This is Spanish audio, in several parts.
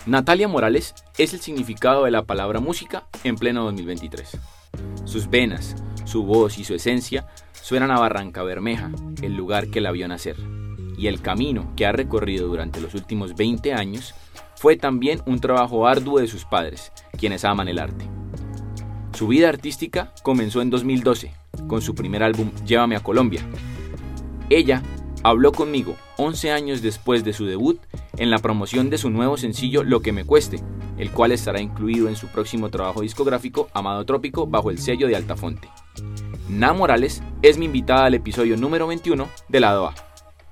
Natalia Morales es el significado de la palabra música en pleno 2023. Sus venas, su voz y su esencia suenan a Barranca Bermeja, el lugar que la vio nacer. Y el camino que ha recorrido durante los últimos 20 años fue también un trabajo arduo de sus padres, quienes aman el arte. Su vida artística comenzó en 2012, con su primer álbum Llévame a Colombia. Ella habló conmigo 11 años después de su debut en la promoción de su nuevo sencillo Lo que me cueste, el cual estará incluido en su próximo trabajo discográfico Amado Trópico bajo el sello de Altafonte. Na Morales es mi invitada al episodio número 21 de Lado A.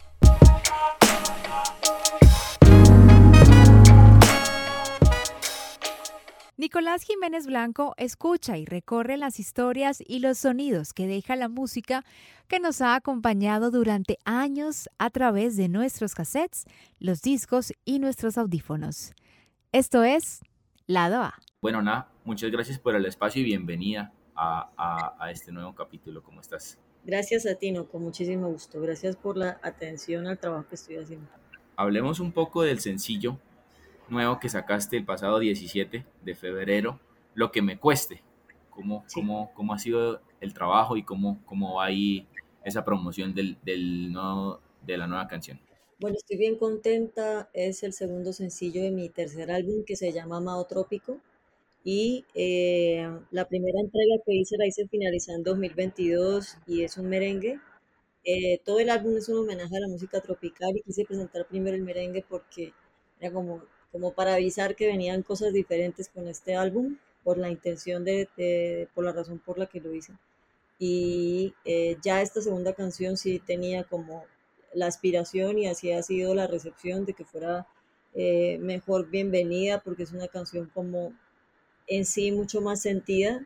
Nicolás Jiménez Blanco escucha y recorre las historias y los sonidos que deja la música que nos ha acompañado durante años a través de nuestros cassettes, los discos y nuestros audífonos. Esto es Lado A. Bueno, Na, muchas gracias por el espacio y bienvenida a este nuevo capítulo. ¿Cómo estás? Gracias a ti, con muchísimo gusto. Gracias por la atención al trabajo que estoy haciendo. Hablemos un poco del sencillo nuevo que sacaste el pasado 17 de febrero, Lo que me cueste. ¿Cómo ha sido el trabajo y cómo va ahí esa promoción de la nueva canción? Bueno, estoy bien contenta. Es el segundo sencillo de mi tercer álbum que se llama Amado Trópico. Y la primera entrega que la hice finalizando en 2022 y es un merengue. Todo el álbum es un homenaje a la música tropical y quise presentar primero el merengue porque era como para avisar que venían cosas diferentes con este álbum por la intención por la razón por la que lo hice. Y ya esta segunda canción sí tenía como la aspiración y así ha sido la recepción de que fuera mejor bienvenida porque es una canción como en sí mucho más sentida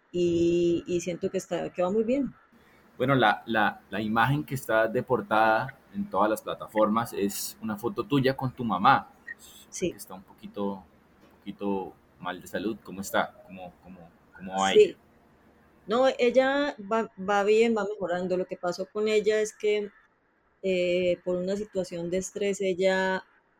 y siento que va muy bien. Bueno, la imagen que está de portada en todas las plataformas es una foto tuya con tu mamá. Sí. Que está un poquito mal de salud. ¿Cómo está? ¿Cómo va Sí. ella? No, ella va bien, va mejorando. Lo que pasó con ella es que por una situación de estrés ella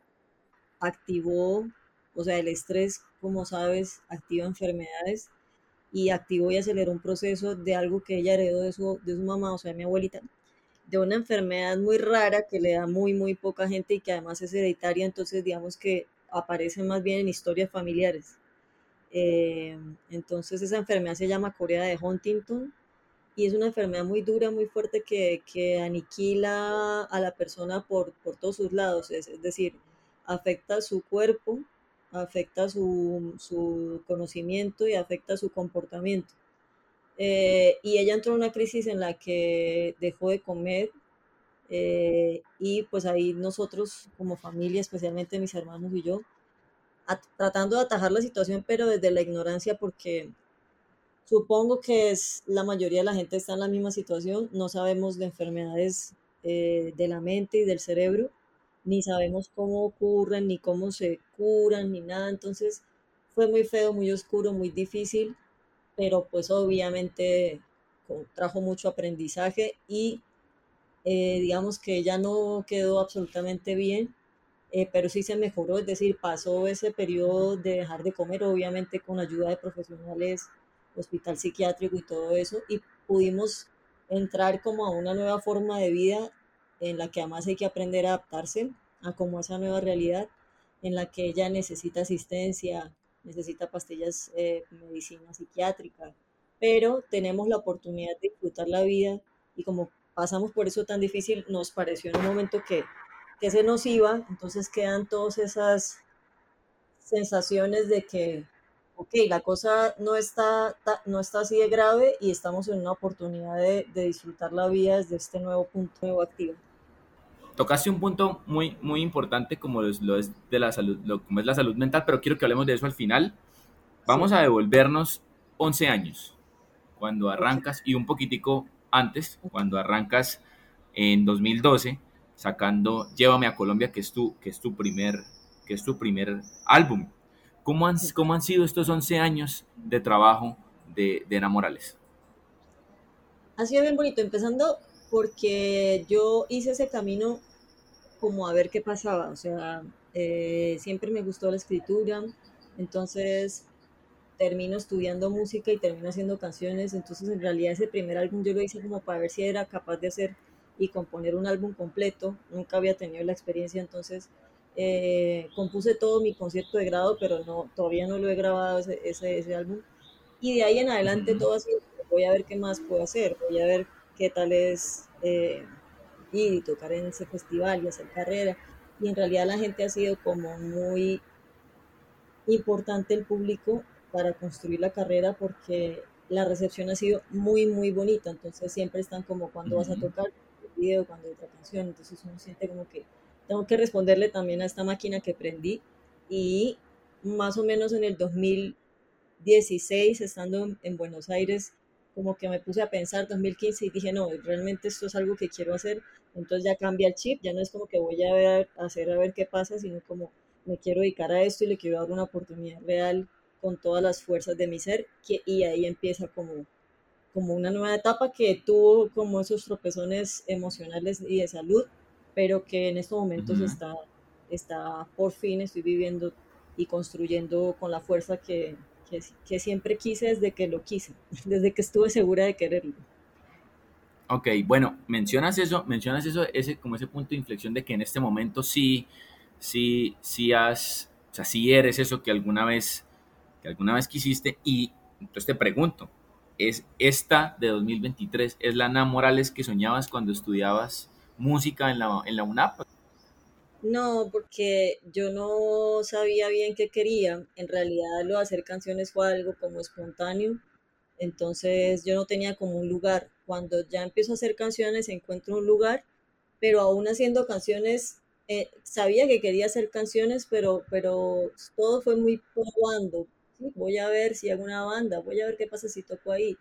activó, o sea, el estrés, como sabes, activa enfermedades y activó y aceleró un proceso de algo que ella heredó de su mamá, o sea, de mi abuelita, de una enfermedad muy rara que le da muy poca gente y que además es hereditaria, entonces digamos que aparece más bien en historias familiares. Entonces esa enfermedad se llama Corea de Huntington y es una enfermedad muy dura, muy fuerte que aniquila a la persona por todos sus lados, es decir, afecta su cuerpo, afecta su conocimiento y afecta su comportamiento. Y ella entró en una crisis en la que dejó de comer y pues ahí nosotros como familia, especialmente mis hermanos y yo, tratando de atajar la situación, pero desde la ignorancia porque supongo que la mayoría de la gente está en la misma situación, no sabemos de enfermedades de la mente y del cerebro, ni sabemos cómo ocurren, ni cómo se curan, ni nada, entonces fue muy feo, muy oscuro, muy difícil, pero pues obviamente trajo mucho aprendizaje y digamos que ella no quedó absolutamente bien, pero sí se mejoró, es decir, pasó ese periodo de dejar de comer, obviamente con ayuda de profesionales, hospital psiquiátrico y todo eso, y pudimos entrar como a una nueva forma de vida en la que además hay que aprender a adaptarse a como esa nueva realidad, en la que ella necesita asistencia, necesita pastillas, medicina psiquiátrica, pero tenemos la oportunidad de disfrutar la vida y como pasamos por eso tan difícil, nos pareció en un momento que se nos iba, entonces quedan todas esas sensaciones de que, ok, la cosa no está así de grave y estamos en una oportunidad de disfrutar la vida desde este nuevo punto, nuevo activo. Tocaste un punto muy importante como lo es de la salud, como es la salud mental, pero quiero que hablemos de eso al final. Vamos a devolvernos 11 años, cuando arrancas, y un poquitico antes, cuando arrancas en 2012, sacando Llévame a Colombia, que es tu primer álbum. ¿Cómo han sido estos 11 años de trabajo de Na Morales? Ha sido bien bonito, empezando porque yo hice ese camino como a ver qué pasaba, o sea, siempre me gustó la escritura, entonces termino estudiando música y termino haciendo canciones, entonces en realidad ese primer álbum yo lo hice como para ver si era capaz de hacer y componer un álbum completo, nunca había tenido la experiencia, entonces compuse todo mi concierto de grado, pero no, todavía no lo he grabado ese álbum, y de ahí en adelante Ujú. todo así, voy a ver qué más puedo hacer, voy a ver qué tal es ir y tocar en ese festival y hacer carrera, y en realidad la gente ha sido como muy importante el público para construir la carrera porque la recepción ha sido muy, muy bonita. Entonces siempre están como cuando vas a Ujú. tocar el video, cuando otra canción. Entonces uno siente como que tengo que responderle también a esta máquina que prendí. Y más o menos en el 2016, estando en Buenos Aires, como que me puse a pensar 2015 y dije, no, realmente esto es algo que quiero hacer. Entonces ya cambia el chip, ya no es como que voy a ver, a hacer a ver qué pasa, sino como me quiero dedicar a esto y le quiero dar una oportunidad real con todas las fuerzas de mi ser, y ahí empieza como una nueva etapa que tuvo como esos tropezones emocionales y de salud, pero que en estos momentos Ujú. está por fin, estoy viviendo y construyendo con la fuerza que siempre quise desde que lo quise, desde que estuve segura de quererlo. Ok, bueno, mencionas eso, ese, como ese punto de inflexión de que en este momento sí o sea, sí eres eso que alguna vez quisiste, y entonces te pregunto, ¿es esta de 2023, es la Ana Morales que soñabas cuando estudiabas música en la UNAP? No, porque yo no sabía bien qué quería. En realidad lo de hacer canciones fue algo como espontáneo. Entonces yo no tenía como un lugar. Cuando ya empiezo a hacer canciones encuentro un lugar, pero aún haciendo canciones, sabía que quería hacer canciones, pero todo fue muy probando. ¿Sí? Voy a ver si hago una banda, voy a ver qué pasa si toco ahí.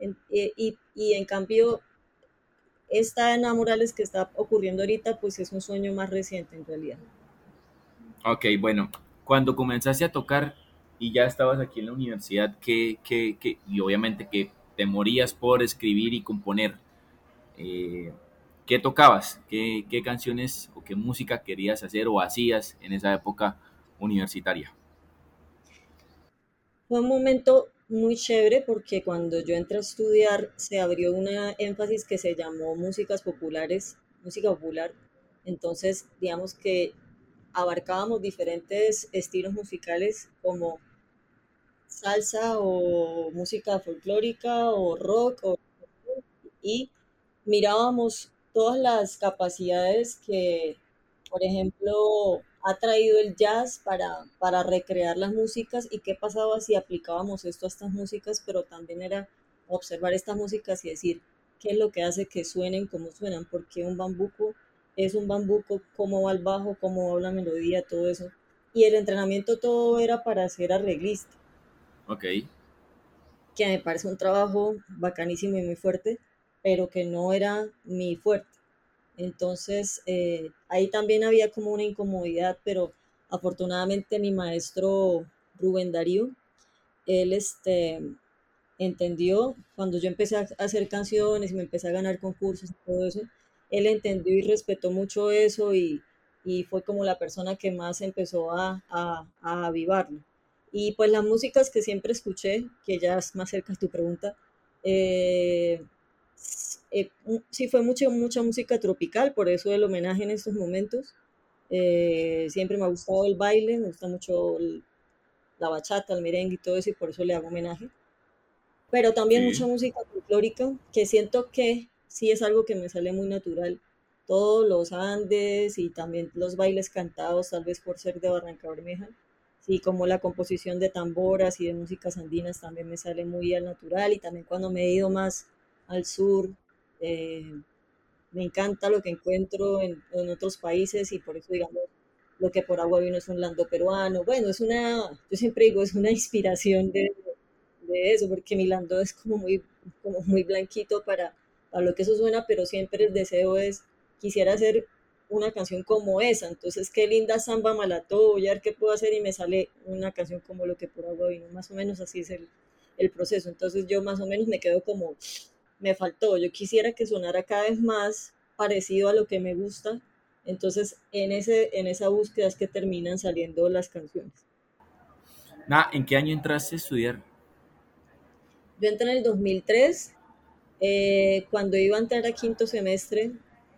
Y en cambio, esta Ana Morales que está ocurriendo ahorita, pues es un sueño más reciente en realidad. Ok, bueno, cuando comenzaste a tocar y ya estabas aquí en la universidad, y obviamente que te morías por escribir y componer, eh, ¿qué tocabas? ¿Qué canciones o qué música querías hacer o hacías en esa época universitaria? Fue un momento muy chévere porque cuando yo entré a estudiar se abrió una énfasis que se llamó músicas populares, música popular. Entonces, digamos que abarcábamos diferentes estilos musicales como salsa o música folclórica o rock y mirábamos todas las capacidades que, por ejemplo, ha traído el jazz para recrear las músicas y qué pasaba si aplicábamos esto a estas músicas, pero también era observar estas músicas y decir qué es lo que hace que suenen como suenan, porque un bambuco es un bambuco, cómo va el bajo, cómo va la melodía, todo eso. Y el entrenamiento todo era para ser arreglista, Ok, que me parece un trabajo bacanísimo y muy fuerte, pero que no era mi fuerte. Entonces, ahí también había como una incomodidad, pero afortunadamente mi maestro Rubén Darío, él entendió cuando yo empecé a hacer canciones y me empecé a ganar concursos y todo eso, él entendió y respetó mucho eso y fue como la persona que más empezó a avivarlo. Y pues las músicas que siempre escuché, que ya es más cerca de tu pregunta, eh, sí fue mucha música tropical, por eso el homenaje en estos momentos. Siempre me ha gustado el baile, me gusta mucho la bachata, el merengue y todo eso, y por eso le hago homenaje, pero también sí, mucha música folclórica, que siento que sí es algo que me sale muy natural. Todos los Andes y también los bailes cantados, tal vez por ser de Barranca Bermeja, sí, como la composición de tamboras y de músicas andinas también me sale muy al natural, y también cuando me he ido más al sur, eh, me encanta lo que encuentro en otros países y por eso, digamos, lo que por agua vino es un lando peruano. Bueno, yo siempre digo, es una inspiración de eso, porque Milando es como muy blanquito para lo que eso suena, pero siempre el deseo es, quisiera hacer una canción como esa, entonces qué linda samba malató, voy a ver qué puedo hacer y me sale una canción como lo que por agua vino, más o menos así es el proceso, entonces yo más o menos me quedo como, me faltó, yo quisiera que sonara cada vez más parecido a lo que me gusta, Entonces, en esa búsqueda es que terminan saliendo las canciones. ¿En qué año entraste a estudiar? Yo entré en el 2003, cuando iba a entrar a quinto semestre.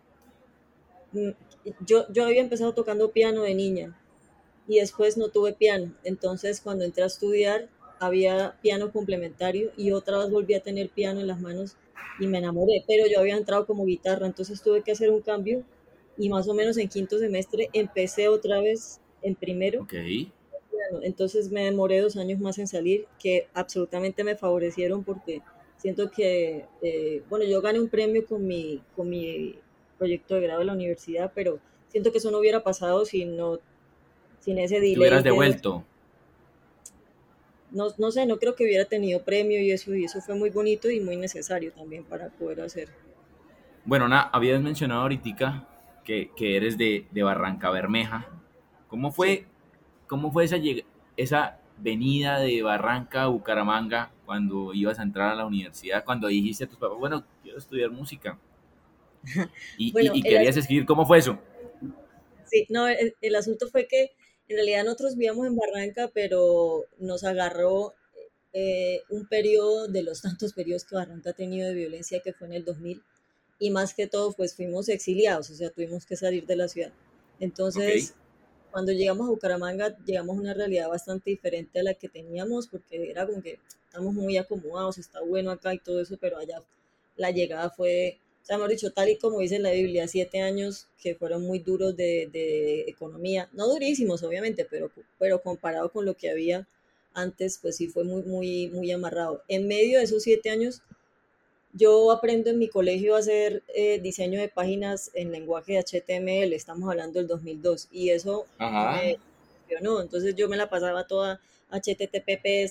mm, yo había empezado tocando piano de niña y después no tuve piano. Entonces, cuando entré a estudiar, había piano complementario y otra vez volví a tener piano en las manos y me enamoré, pero yo había entrado como guitarra, entonces tuve que hacer un cambio y más o menos en quinto semestre empecé otra vez en primero Ok. piano. Entonces me demoré 2 años más en salir, que absolutamente me favorecieron porque siento que, bueno, yo gané un premio con mi proyecto de grado de la universidad, pero siento que eso no hubiera pasado si no, sin ese Te hubieras delay de devuelto. no, no sé, no creo que hubiera tenido premio y eso fue muy bonito y muy necesario también para poder hacer. Bueno, habías mencionado ahorita que eres de Barranca Bermeja. ¿Cómo Sí. fue, cómo fue esa venida de Barranca a Bucaramanga cuando ibas a entrar a la universidad? Cuando dijiste a tus papás, bueno, quiero estudiar música Bueno, y querías escribir, ¿cómo fue eso? sí, no, el asunto fue que en realidad nosotros vivíamos en Barranca, pero nos agarró un periodo de los tantos periodos que Barranca ha tenido de violencia, que fue en el 2000, y más que todo, pues fuimos exiliados, o sea, tuvimos que salir de la ciudad. Ok, Entonces, cuando llegamos a Bucaramanga, llegamos a una realidad bastante diferente a la que teníamos, porque era como que estamos muy acomodados, está bueno acá y todo eso, pero allá la llegada fue, o sea, hemos dicho, tal y como dice la Biblia, 7 años que fueron muy duros de economía, no durísimos, obviamente, pero comparado con lo que había antes, pues sí fue muy, muy, muy amarrado. En medio de esos 7 años, yo aprendo en mi colegio a hacer diseño de páginas en lenguaje de HTML, estamos hablando del 2002, y eso ajá, me funcionó. Entonces yo me la pasaba toda http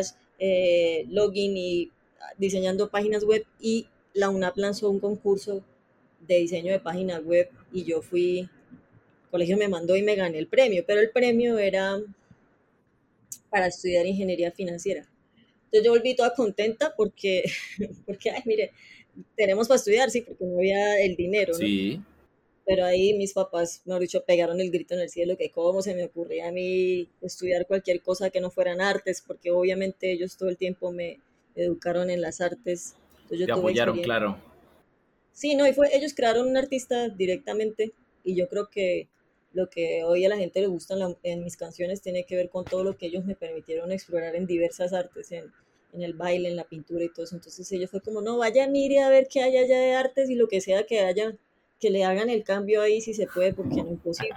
login y diseñando páginas web, y la UNAP lanzó un concurso de diseño de páginas web y yo fui, el colegio me mandó y me gané el premio, pero el premio era para estudiar ingeniería financiera. Entonces yo volví toda contenta porque, porque, ay, mire, tenemos para estudiar, sí, porque no había el dinero, ¿no? sí, Pero ahí mis papás, mejor dicho, pegaron el grito en el cielo, que cómo se me ocurría a mí estudiar cualquier cosa que no fueran artes, porque obviamente ellos todo el tiempo me educaron en las artes, entonces yo te tuve apoyaron, experiencia. claro. Sí, no, y fue, ellos crearon un artista directamente, y yo creo que lo que hoy a la gente le gusta en mis canciones tiene que ver con todo lo que ellos me permitieron explorar en diversas artes, en el baile, en la pintura y todo eso. Entonces ellos fue como, no, vaya, mire a ver qué hay allá de artes y lo que sea que haya, que le hagan el cambio ahí si se puede, porque no es imposible.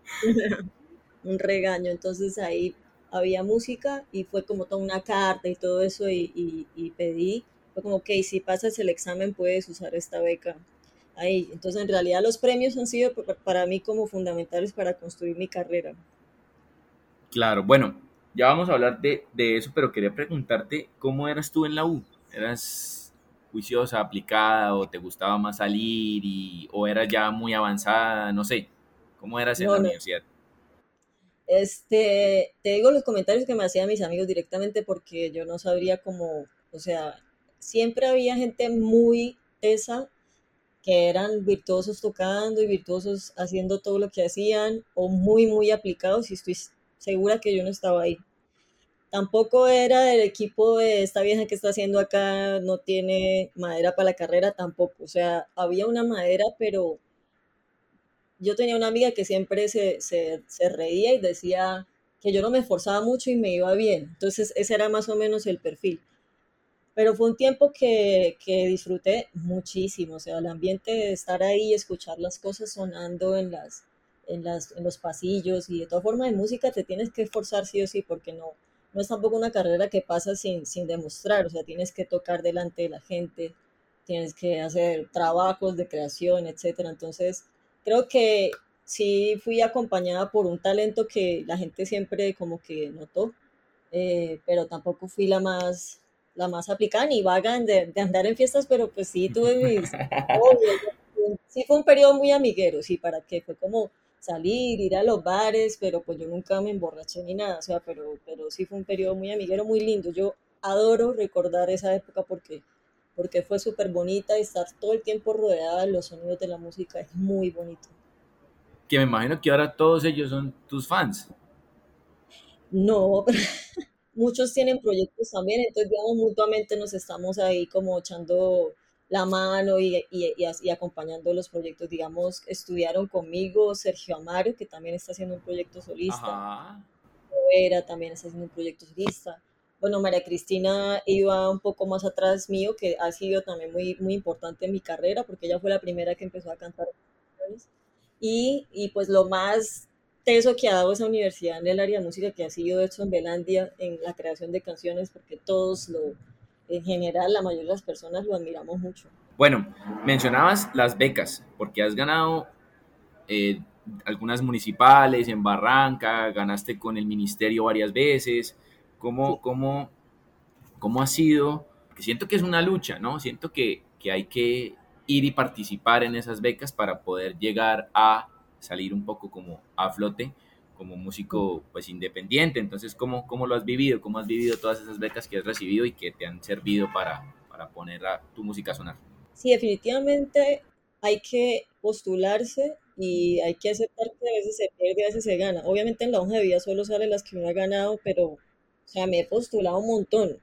Un regaño. Entonces ahí había música y fue como toda una carta y todo eso y pedí, fue como, ok, si pasas el examen puedes usar esta beca ahí. Entonces en realidad los premios han sido para mí como fundamentales para construir mi carrera. Claro, bueno, ya vamos a hablar de eso, pero quería preguntarte, ¿cómo eras tú en la U? ¿Eras juiciosa, aplicada o te gustaba más salir o eras ya muy avanzada? No sé, ¿cómo eras en No, la no. universidad? Te digo los comentarios que me hacían mis amigos directamente porque yo no sabría cómo, o sea, siempre había gente muy tesa que eran virtuosos tocando y virtuosos haciendo todo lo que hacían, o muy, muy aplicados, y estoy segura que yo no estaba ahí. Tampoco era del equipo de esta vieja que está haciendo acá, no tiene madera para la carrera, tampoco. O sea, había una madera, pero yo tenía una amiga que siempre se reía y decía que yo no me esforzaba mucho y me iba bien. Entonces, ese era más o menos el perfil. Pero fue un tiempo que disfruté muchísimo, o sea, el ambiente de estar ahí y escuchar las cosas sonando en los pasillos, y de toda forma de música te tienes que esforzar sí o sí, porque no, no es tampoco una carrera que pasa sin demostrar, o sea, tienes que tocar delante de la gente, tienes que hacer trabajos de creación, etcétera. Entonces, creo que sí fui acompañada por un talento que la gente siempre como que notó, pero tampoco fui la más aplicada ni vaga de andar en fiestas, pero pues sí tuve mis, obvio, sí fue un periodo muy amiguero, sí, para que fue como salir, ir a los bares, pero pues yo nunca me emborraché ni nada, o sea, pero sí fue un periodo muy amiguero, muy lindo. Yo adoro recordar esa época porque fue súper bonita y estar todo el tiempo rodeada de los sonidos de la música es muy bonito. Que me imagino que ahora todos ellos son tus fans. No, muchos tienen proyectos también, entonces digamos mutuamente nos estamos ahí como echando la mano y acompañando los proyectos. Digamos, estudiaron conmigo Sergio Amaro, que también está haciendo un proyecto solista, Ajá. Vera también está haciendo un proyecto solista. Bueno, María Cristina iba un poco más atrás mío, que ha sido también muy, muy importante en mi carrera, porque ella fue la primera que empezó a cantar canciones. Y pues lo más teso que ha dado esa universidad en el área de música, que ha sido hecho en Belandia, en la creación de canciones, porque todos en general, la mayoría de las personas lo admiramos mucho. Bueno, mencionabas las becas, porque has ganado eh, algunas municipales en Barranca, ganaste con el ministerio varias veces. Sí. ¿Cómo, cómo, cómo ha sido? Porque siento que es una lucha, ¿no? Siento que hay que ir y participar en esas becas para poder llegar a salir un poco como a flote como músico pues independiente. Entonces, ¿cómo lo has vivido? ¿Cómo has vivido todas esas becas que has recibido y que te han servido para poner tu música a sonar? Sí, definitivamente hay que postularse y hay que aceptar que a veces se pierde, a veces se gana. Obviamente en la hoja de vida solo salen las que uno ha ganado, pero, o sea, me he postulado un montón.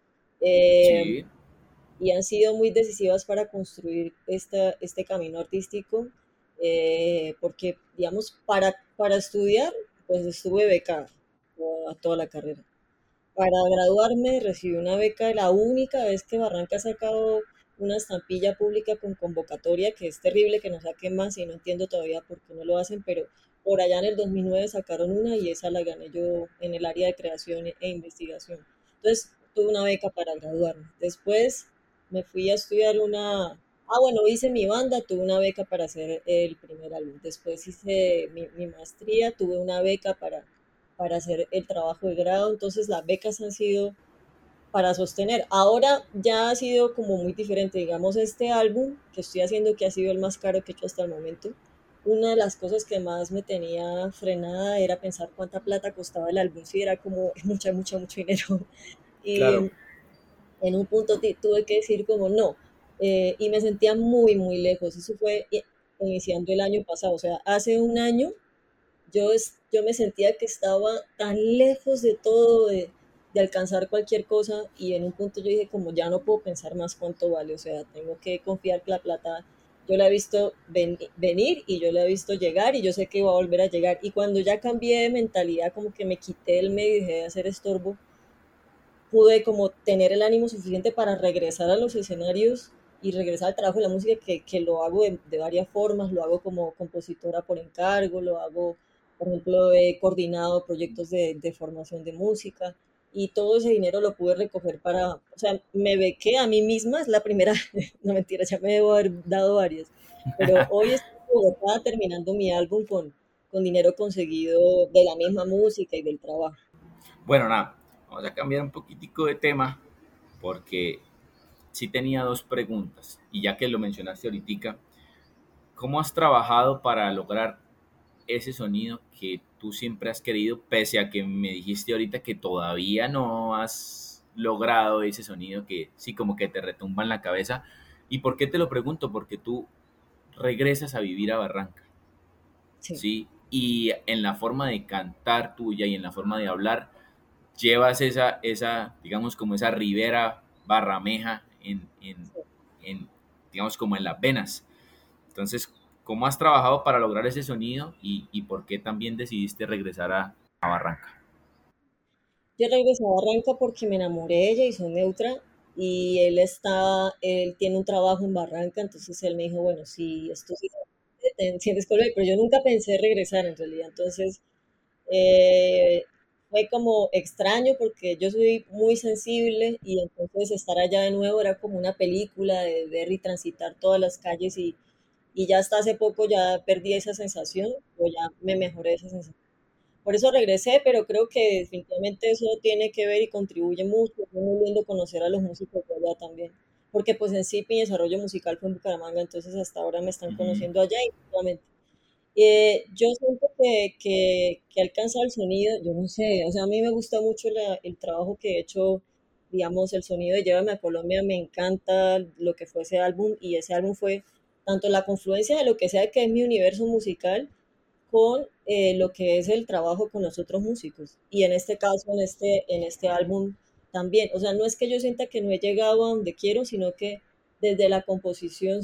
Eh, Sí, y han sido muy decisivas para construir este camino artístico, porque, digamos, para estudiar, pues estuve becada toda la carrera. Para graduarme recibí una beca, la única vez que Barranca ha sacado una estampilla pública con convocatoria, que es terrible que no saquen más y no entiendo todavía por qué no lo hacen, pero por allá en el 2009 sacaron una y esa la gané yo en el área de creación e investigación. Entonces tuve una beca para graduarme. Después me fui a estudiar bueno, hice mi banda, tuve una beca para hacer el primer álbum. Después hice mi maestría, tuve una beca para hacer el trabajo de grado, entonces las becas han sido para sostener. Ahora ya ha sido como muy diferente, digamos, este álbum que estoy haciendo, que ha sido el más caro que he hecho hasta el momento. Una de las cosas que más me tenía frenada era pensar cuánta plata costaba el álbum, sí, era como mucho dinero. Y claro. en un punto tuve que decir como no, y me sentía muy, muy lejos. Eso fue iniciando el año pasado, o sea, hace un año yo me sentía que estaba tan lejos de todo, de alcanzar cualquier cosa, y en un punto yo dije como ya no puedo pensar más cuánto vale, o sea, tengo que confiar que la plata, yo la he visto venir y yo la he visto llegar y yo sé que va a volver a llegar. Y cuando ya cambié de mentalidad, como que me quité el medio y dejé de hacer estorbo, pude como tener el ánimo suficiente para regresar a los escenarios y regresar al trabajo de la música, que lo hago de varias formas, lo hago como compositora por encargo, lo hago, por ejemplo, he coordinado proyectos de formación de música y todo ese dinero lo pude recoger o sea, me bequé a mí misma, es la primera, no mentira, ya me debo haber dado varias, pero hoy estoy en Bogotá terminando mi álbum con dinero conseguido de la misma música y del trabajo. Bueno, nada, vamos a cambiar un poquitico de tema porque sí tenía dos preguntas y ya que lo mencionaste ahorita, ¿cómo has trabajado para lograr ese sonido que tú siempre has querido, pese a que me dijiste ahorita que todavía no has logrado ese sonido que sí como que te retumba en la cabeza? ¿Y por qué te lo pregunto? Porque tú regresas a vivir a Barranca, Sí. ¿sí? Y en la forma de cantar tuya y en la forma de hablar, llevas digamos, como esa ribera barrameja digamos, como en las venas. Entonces, ¿cómo has trabajado para lograr ese sonido y por qué también decidiste regresar a Barranca? Yo regresé a Barranca porque me enamoré de ella y soy neutra y él tiene un trabajo en Barranca, entonces él me dijo, bueno, si esto sí te sientes con él, pero yo nunca pensé regresar en realidad, entonces eh, fue como extraño porque yo soy muy sensible y entonces estar allá de nuevo era como una película de ver y transitar todas las calles y ya hasta hace poco ya perdí esa sensación o ya me mejoré esa sensación. Por eso regresé, pero creo que definitivamente eso tiene que ver y contribuye mucho. Es muy lindo conocer a los músicos de allá también, porque pues en sí mi desarrollo musical fue en Bucaramanga, entonces hasta ahora me están Ujú. conociendo allá y nuevamente. Yo siento que he alcanzado el sonido, yo no sé, o sea, a mí me gusta mucho el trabajo que he hecho, digamos, el sonido de Llévame a Colombia, me encanta lo que fue ese álbum y ese álbum fue tanto la confluencia de lo que sea que es mi universo musical con lo que es el trabajo con los otros músicos. Y en este caso, en este álbum también. O sea, no es que yo sienta que no he llegado a donde quiero, sino que desde la composición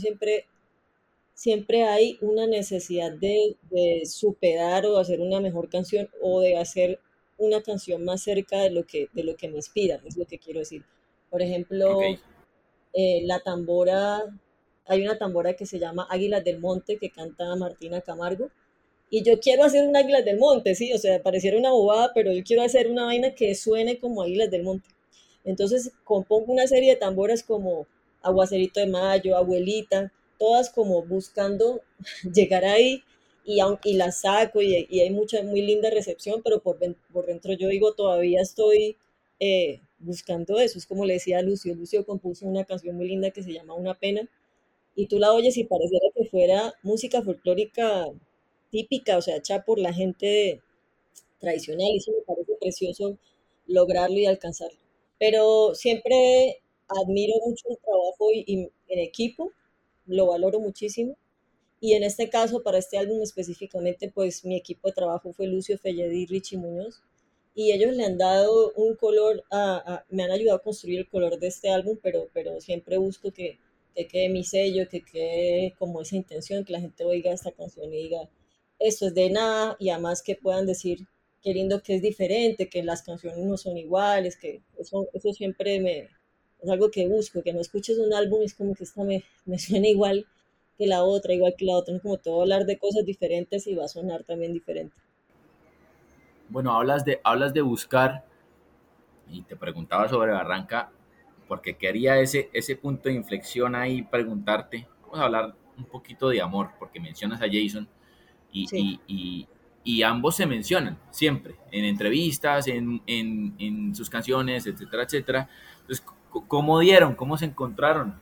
siempre hay una necesidad de superar o hacer una mejor canción o de hacer una canción más cerca de lo que me inspira, es lo que quiero decir. Por Ok. ejemplo, la tambora, hay una tambora que se llama Águilas del Monte que canta Martina Camargo. Y yo quiero hacer un Águilas del Monte, sí, o sea, pareciera una bobada, pero yo quiero hacer una vaina que suene como Águilas del Monte. Entonces compongo una serie de tamboras como Aguacerito de Mayo, Abuelita, todas como buscando llegar ahí y las saco y hay mucha muy linda recepción, pero por dentro yo digo todavía estoy buscando eso. Es como le decía a Lucio, Lucio compuso una canción muy linda que se llama Una Pena y tú la oyes y pareciera que fuera música folclórica típica, o sea, hecha por la gente tradicional, y eso me parece precioso lograrlo y alcanzarlo. Pero siempre admiro mucho el trabajo y en equipo, lo valoro muchísimo. Y en este caso, para este álbum específicamente, pues mi equipo de trabajo fue Lucio Felledi y Richie Muñoz. Y ellos le han dado un color, me han ayudado a construir el color de este álbum, pero siempre busco que quede mi sello, que quede como esa intención, que la gente oiga esta canción y diga, esto es de nada, y además que puedan decir, qué lindo que es diferente, que las canciones no son iguales, que eso siempre es algo que busco, que no escuches un álbum y es como que esta me suena igual que la otra, igual que la otra, no como todo hablar de cosas diferentes y va a sonar también diferente. Bueno, hablas de buscar y te preguntaba sobre Barranca porque quería ese punto de inflexión ahí preguntarte. Vamos a hablar un poquito de amor porque mencionas a Jason y, Sí, y, y, y ambos se mencionan siempre en entrevistas, en sus canciones, etcétera, etcétera. Entonces, ¿cómo dieron? ¿Cómo se encontraron?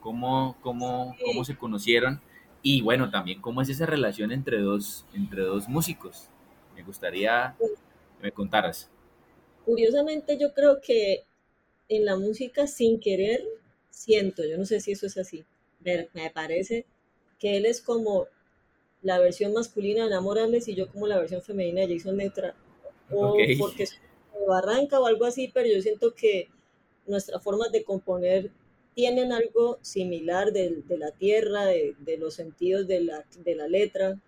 ¿Cómo sí. se conocieron? Y bueno, también cómo es esa relación entre dos músicos. Me gustaría Pues, que me contaras. curiosamente yo creo que en la música sin querer siento, yo no sé si eso es así, me parece que él es como la versión masculina de Ana Morales y yo como la versión femenina de Jason Neutra, Ok. o porque es de Barranca o algo así, pero yo siento que nuestras formas de componer tienen algo similar de la tierra, de los sentidos de la letra,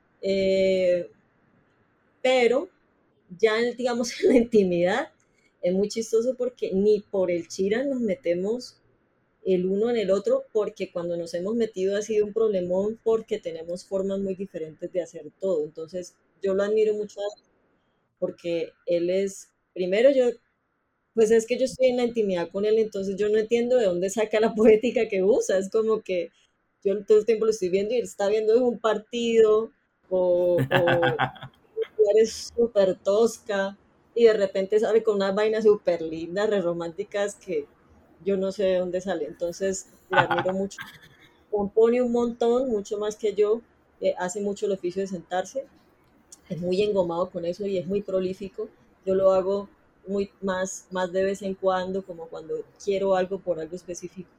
eh, pero ya digamos en la intimidad es muy chistoso porque ni por el chira nos metemos el uno en el otro, porque cuando nos hemos metido ha sido un problemón porque tenemos formas muy diferentes de hacer todo. Entonces, yo lo admiro mucho porque él es, primero yo, pues es que yo estoy en la intimidad con él, entonces yo no entiendo de dónde saca la poética que usa. Es como que yo todo el tiempo lo estoy viendo y él está viendo un partido o es súper tosca y de repente sale con unas vainas súper lindas, re románticas que yo no sé de dónde sale. Entonces, le admiro mucho. Compone un montón, mucho más que yo, hace mucho el oficio de sentarse, es muy engomado con eso y es muy prolífico. Yo lo hago más de vez en cuando, como cuando quiero algo por algo específico.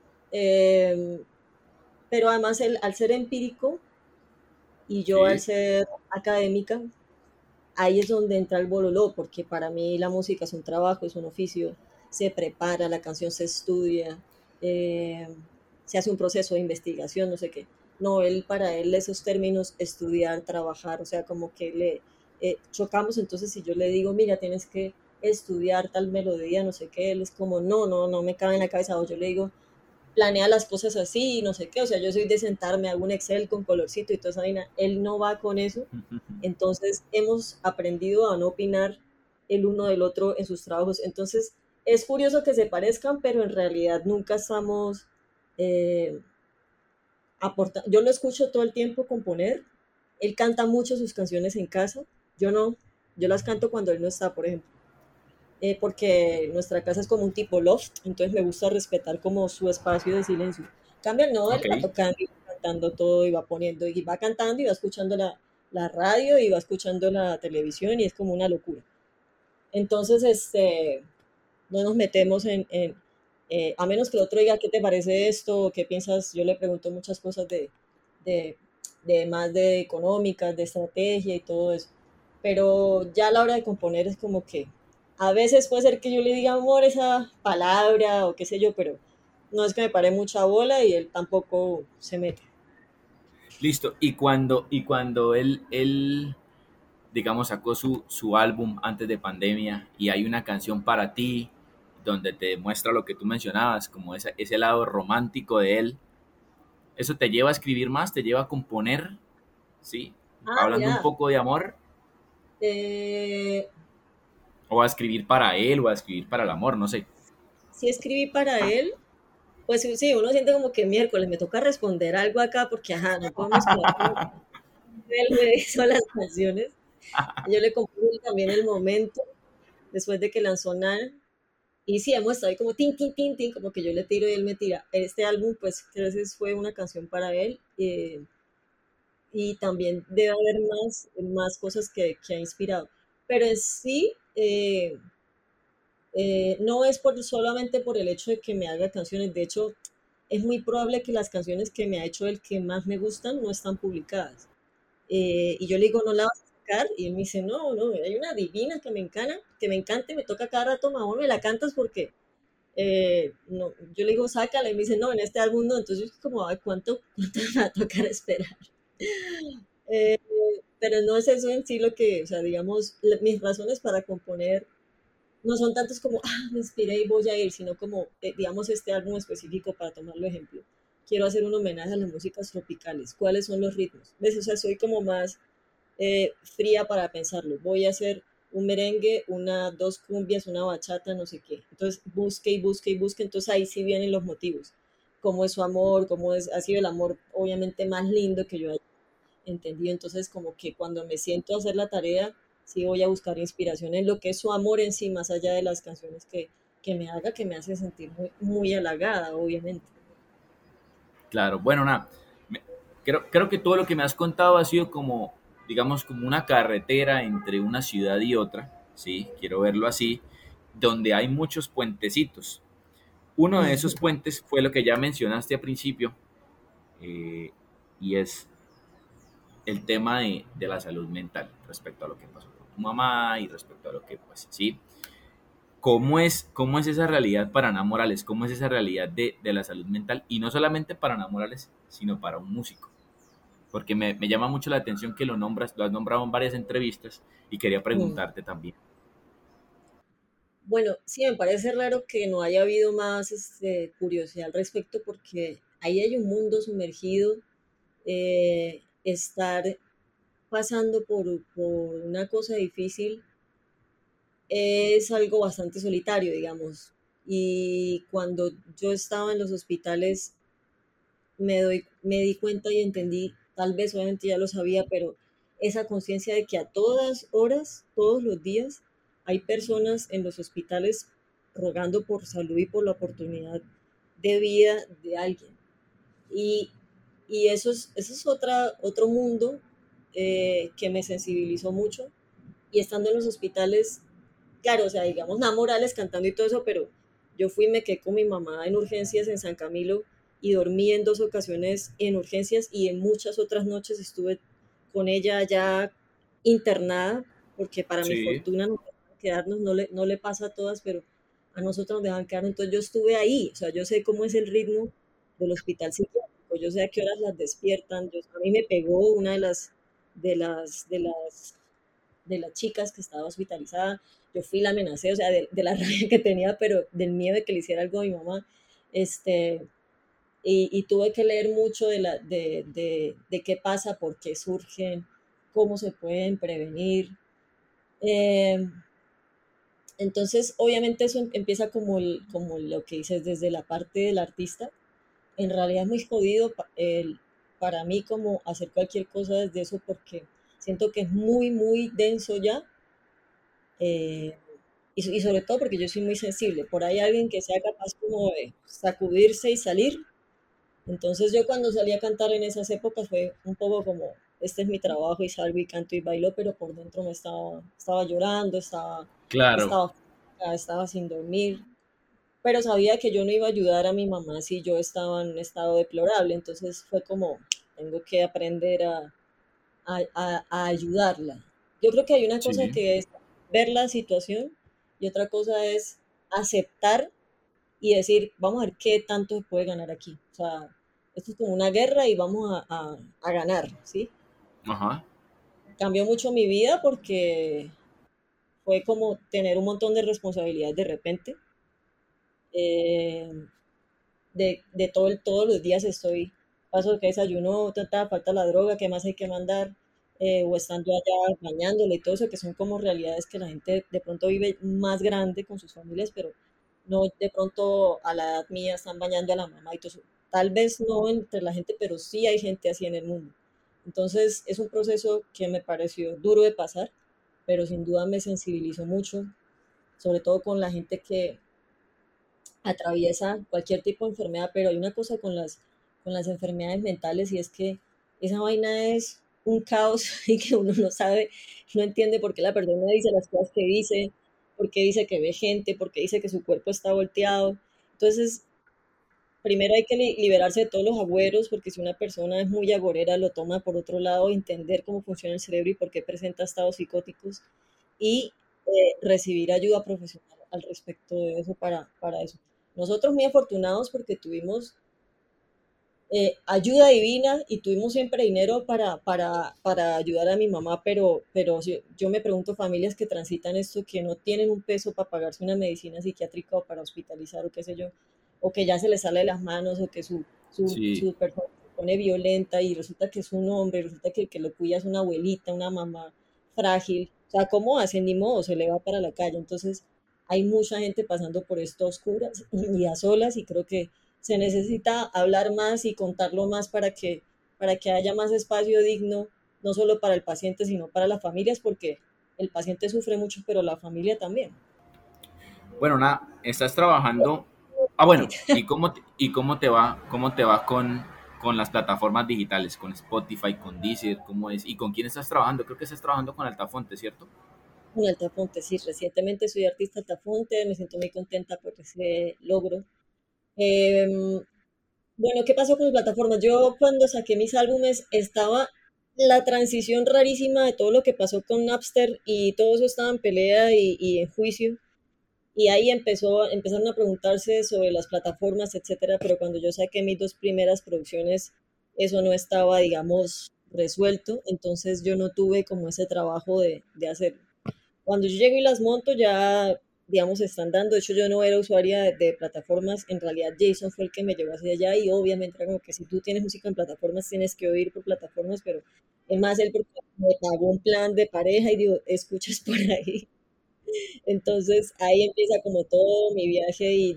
Eh, pero además, al ser empírico y yo al Sí. ser académica, ahí es donde entra el bololó, porque para mí la música es un trabajo, es un oficio, se prepara, la canción se estudia, eh, se hace un proceso de investigación, no sé qué. No, para él esos términos, estudiar, trabajar, o sea, como que chocamos, entonces si yo le digo, mira, tienes que estudiar tal melodía, no sé qué, él es como, no me cabe en la cabeza, o yo le digo, planea las cosas así, no sé qué, o sea, yo soy de sentarme, hago un Excel con colorcito y toda esa vaina, él no va con eso, entonces hemos aprendido a no opinar el uno del otro en sus trabajos, entonces es curioso que se parezcan, pero en realidad nunca estamos eh, aportando, yo lo escucho todo el tiempo componer, él canta mucho sus canciones en casa, yo no, yo las canto cuando él no está, por ejemplo, porque nuestra casa es como un tipo loft, entonces me gusta respetar como su espacio de silencio. Cambia, no, él Ok. va tocando y va cantando todo y va poniendo, y va cantando y va escuchando la radio y va escuchando la televisión y es como una locura. Entonces, no nos metemos a menos que el otro diga, ¿qué te parece esto? ¿Qué piensas? Yo le pregunto muchas cosas de de más de económicas, de estrategia y todo eso. Pero ya a la hora de componer es como que a veces puede ser que yo le diga amor esa palabra o qué sé yo, pero no es que me pare mucha bola y él tampoco se mete. Listo. Y cuando él, digamos, sacó su álbum antes de pandemia y hay una canción para ti donde te muestra lo que tú mencionabas, como ese lado romántico de él, ¿eso te lleva a escribir más? ¿Te lleva a componer? ¿Sí? Ah, Hablando un mira, poco de amor, eh, o a escribir para él, o a escribir para el amor, no sé. sí escribí para él. Pues sí, sí, uno siente como que miércoles me toca responder algo acá porque, ajá, no podemos quedar como que él me hizo las canciones. Yo le compuse también el momento después de que lanzó Nan. Y sí, hemos estado ahí como tin, tin, tin, tin, como que yo le tiro y él me tira. Este álbum, pues, creo que fue una canción para él. Y también debe haber más cosas que ha inspirado. Pero en sí, no es solamente por el hecho de que me haga canciones. De hecho, es muy probable que las canciones que me ha hecho el que más me gustan no están publicadas. Y yo le digo, ¿no la vas a sacar? Y él me dice, no, no, hay una divina que me encanta y me toca cada rato, mamón, me la cantas porque no, yo le digo, sácala, y me dice, no, en este álbum no, entonces yo como, ay, ¿cuánto me va a tocar esperar? Eh, pero no es eso en sí lo que, o sea, digamos, mis razones para componer no son tantos como, me inspiré y voy a ir, sino como, digamos, este álbum específico, para tomarlo ejemplo. Quiero hacer un homenaje a las músicas tropicales. ¿Cuáles son los ritmos? ¿Ves? O sea, soy como más fría para pensarlo. Voy a hacer un merengue, dos cumbias, una bachata, no sé qué. Entonces busque y busque y busque. Entonces ahí sí vienen los motivos. Cómo es su amor, ha sido el amor obviamente más lindo que yo haya entendido. Entonces como que cuando me siento a hacer la tarea, sí voy a buscar inspiración en lo que es su amor en sí, más allá de las canciones que me haga, que me hace sentir muy, muy halagada, obviamente. Claro, bueno, nada, creo que todo lo que me has contado ha sido como, digamos, como una carretera entre una ciudad y otra, ¿sí? Quiero verlo así, donde hay muchos puentecitos. Uno de esos puentes fue lo que ya mencionaste al principio, eh, y es el tema de la salud mental respecto a lo que pasó con tu mamá y respecto a lo que, pues, sí. Cómo es esa realidad para Ana Morales? ¿Cómo es esa realidad de la salud mental? Y no solamente para Ana Morales, sino para un músico. Porque me llama mucho la atención que lo has nombrado en varias entrevistas y quería preguntarte también. Bueno, sí, me parece raro que no haya habido más curiosidad al respecto porque ahí hay un mundo sumergido. Estar pasando por una cosa difícil es algo bastante solitario, digamos. Y cuando yo estaba en los hospitales, me di cuenta y entendí, tal vez obviamente ya lo sabía, pero esa conciencia de que a todas horas, todos los días, hay personas en los hospitales rogando por salud y por la oportunidad de vida de alguien. Y, y eso es otro mundo que me sensibilizó mucho. Y estando en los hospitales, claro, o sea, digamos, Nada Morales cantando y todo eso, pero yo fui y me quedé con mi mamá en urgencias en San Camilo y dormí en 2 ocasiones en urgencias y en muchas otras noches estuve con ella ya internada, porque para mi Sí, fortuna nos dejan quedarnos, no le pasa a todas, pero a nosotros nos dejan quedarnos. Entonces yo estuve ahí, o sea, yo sé cómo es el ritmo del hospital psiquiátrico, yo sé a qué horas las despiertan. A mí me pegó una de las, de las de las chicas que estaba hospitalizada. Yo fui y la amenacé, o sea, de la rabia que tenía, pero del miedo de que le hiciera algo a mi mamá. Este, y tuve que leer mucho de qué pasa, por qué surgen, cómo se pueden prevenir. Eh, entonces, obviamente eso empieza como lo que dices desde la parte del artista. En realidad es muy jodido para mí como hacer cualquier cosa desde eso porque siento que es muy, muy denso ya. eh, y sobre todo porque yo soy muy sensible. Por ahí alguien que sea capaz como de sacudirse y salir. Entonces yo cuando salí a cantar en esas épocas fue un poco como, este es mi trabajo y salgo y canto y bailo, pero por dentro estaba llorando, claro. estaba, estaba sin dormir, pero sabía que yo no iba a ayudar a mi mamá si yo estaba en un estado deplorable. Entonces fue como, tengo que aprender a ayudarla. Yo creo que hay una cosa Sí. que es ver la situación y otra cosa es aceptar y decir, vamos a ver qué tanto se puede ganar aquí. O sea, esto es como una guerra y vamos a ganar, ¿sí? Ajá. Cambió mucho mi vida porque fue como tener un montón de responsabilidades de repente. Eh, todos los días estoy, paso que desayuno, tanta falta la droga, qué más hay que mandar, o estando allá bañándole y todo eso, que son como realidades que la gente de pronto vive más grande con sus familias, pero no de pronto a la edad mía están bañando a la mamá y todo eso. Tal vez no entre la gente, pero sí hay gente así en el mundo. Entonces es un proceso que me pareció duro de pasar, pero sin duda me sensibilizó mucho, sobre todo con la gente que atraviesa cualquier tipo de enfermedad, pero hay una cosa con las enfermedades mentales y es que esa vaina es un caos y que uno no sabe, no entiende por qué la persona dice las cosas que dice, por qué dice que ve gente, por qué dice que su cuerpo está volteado. Entonces, primero hay que liberarse de todos los agüeros, porque si una persona es muy agorera, lo toma por otro lado, entender cómo funciona el cerebro y por qué presenta estados psicóticos y recibir ayuda profesional al respecto de eso para eso. Nosotros muy afortunados porque tuvimos ayuda divina y tuvimos siempre dinero para ayudar a mi mamá, pero yo me pregunto familias que transitan esto, que no tienen un peso para pagarse una medicina psiquiátrica o para hospitalizar o qué sé yo, o que ya se les sale de las manos o que Sí. su persona se pone violenta y resulta que es un hombre, resulta que el que lo cuida es una abuelita, una mamá frágil. O sea, ¿cómo hacen? Ni modo, se le va para la calle. Entonces, hay mucha gente pasando por esto a oscuras y a solas y creo que se necesita hablar más y contarlo más para que haya más espacio digno, no solo para el paciente, sino para las familias, porque el paciente sufre mucho, pero la familia también. Bueno, nada, estás trabajando. Ah, bueno, cómo te va con las plataformas digitales, con Spotify, con Deezer, cómo es? ¿Y con quién estás trabajando? Creo que estás trabajando con Altafonte, ¿cierto? Un Altafonte, sí, recientemente soy artista Altafonte, me siento muy contenta por ese logro. Eh, bueno, ¿qué pasó con las plataformas? Yo cuando saqué mis álbumes estaba la transición rarísima de todo lo que pasó con Napster y todo eso estaba en pelea y en juicio. Y ahí empezaron a preguntarse sobre las plataformas, etcétera, pero cuando yo saqué mis dos primeras producciones, eso no estaba, digamos, resuelto, entonces yo no tuve como ese trabajo de hacerlo. Cuando yo llego y las monto, ya, digamos, están dando. De hecho, yo no era usuaria de plataformas. En realidad, Jason fue el que me llevó hacia allá y obviamente era como que si tú tienes música en plataformas, tienes que oír por plataformas, pero es más, él porque me pagó un plan de pareja y digo, escuchas por ahí. Entonces, ahí empieza como todo mi viaje y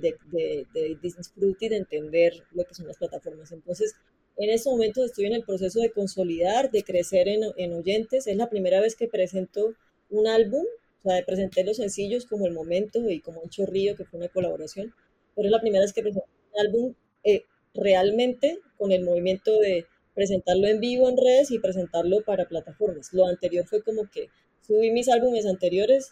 de disfrute y de entender lo que son las plataformas. Entonces, en este momento estoy en el proceso de consolidar, de crecer en oyentes. Es la primera vez que presento un álbum, o sea, presenté los sencillos como El Momento y como Un Chorrillo, que fue una colaboración, pero es la primera vez que presento un álbum eh, realmente con el movimiento de presentarlo en vivo en redes y presentarlo para plataformas. Lo anterior fue como que subí mis álbumes anteriores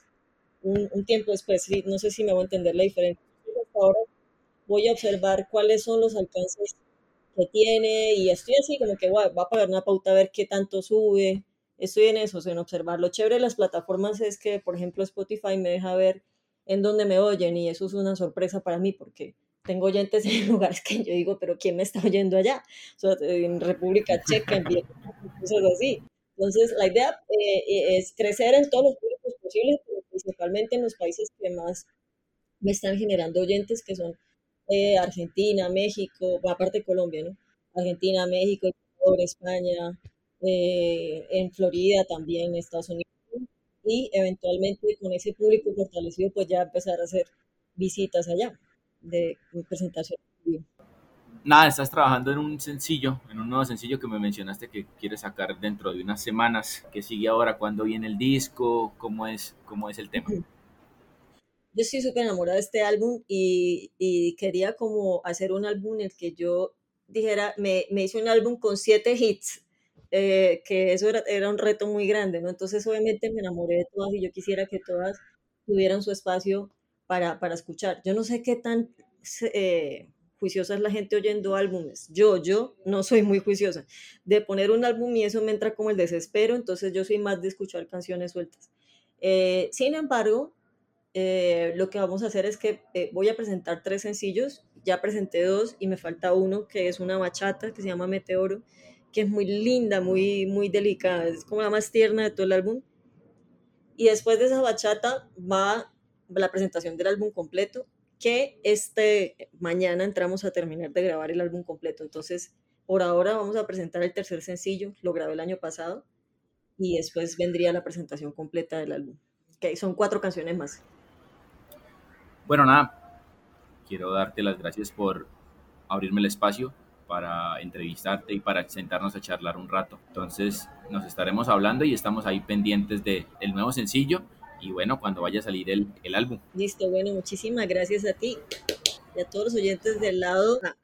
un tiempo después, sí, no sé si me voy a entender la diferencia. Hasta ahora voy a observar cuáles son los alcances que tiene y estoy así como que va a pagar una pauta a ver qué tanto sube. Estoy en eso, en observar. Lo chévere de las plataformas es que, por ejemplo, Spotify me deja ver en dónde me oyen y eso es una sorpresa para mí porque tengo oyentes en lugares que yo digo, pero ¿quién me está oyendo allá? O sea, en República Checa, en Vietnam, cosas así. Entonces, la idea es crecer en todos los públicos posibles, pero principalmente en los países que más me están generando oyentes, que son Argentina, México, bueno, aparte de Colombia, ¿no? Argentina, México, Ecuador, España, en Florida también, Estados Unidos, y eventualmente con ese público fortalecido, pues ya empezar a hacer visitas allá de presentación. Nada, estás trabajando en un sencillo, en un nuevo sencillo que me mencionaste que quieres sacar dentro de unas semanas. ¿Qué sigue ahora? ¿Cuándo viene el disco? Cómo es el tema? Yo estoy súper enamorada de este álbum y quería como hacer un álbum en el que yo dijera, me hice un álbum con 7 hits, que eso era un reto muy grande, ¿no? Entonces obviamente me enamoré de todas y yo quisiera que todas tuvieran su espacio para escuchar. Yo no sé qué tan juiciosa es la gente oyendo álbumes. Yo no soy muy juiciosa. De poner un álbum y eso me entra como el desespero, entonces yo soy más de escuchar canciones sueltas. Sin embargo, lo que vamos a hacer es que voy a presentar 3 sencillos, ya presenté 2 y me falta uno que es una bachata que se llama Meteoro, que es muy linda, muy delicada, es como la más tierna de todo el álbum. Y después de esa bachata va la presentación del álbum completo, que mañana entramos a terminar de grabar el álbum completo. Entonces, por ahora vamos a presentar el tercer sencillo, lo grabé el año pasado, y después vendría la presentación completa del álbum, que son 4 canciones más. Bueno, nada, quiero darte las gracias por abrirme el espacio para entrevistarte y para sentarnos a charlar un rato. Entonces nos estaremos hablando y estamos ahí pendientes del nuevo sencillo y bueno, cuando vaya a salir el álbum. Listo, bueno, muchísimas gracias a ti y a todos los oyentes del lado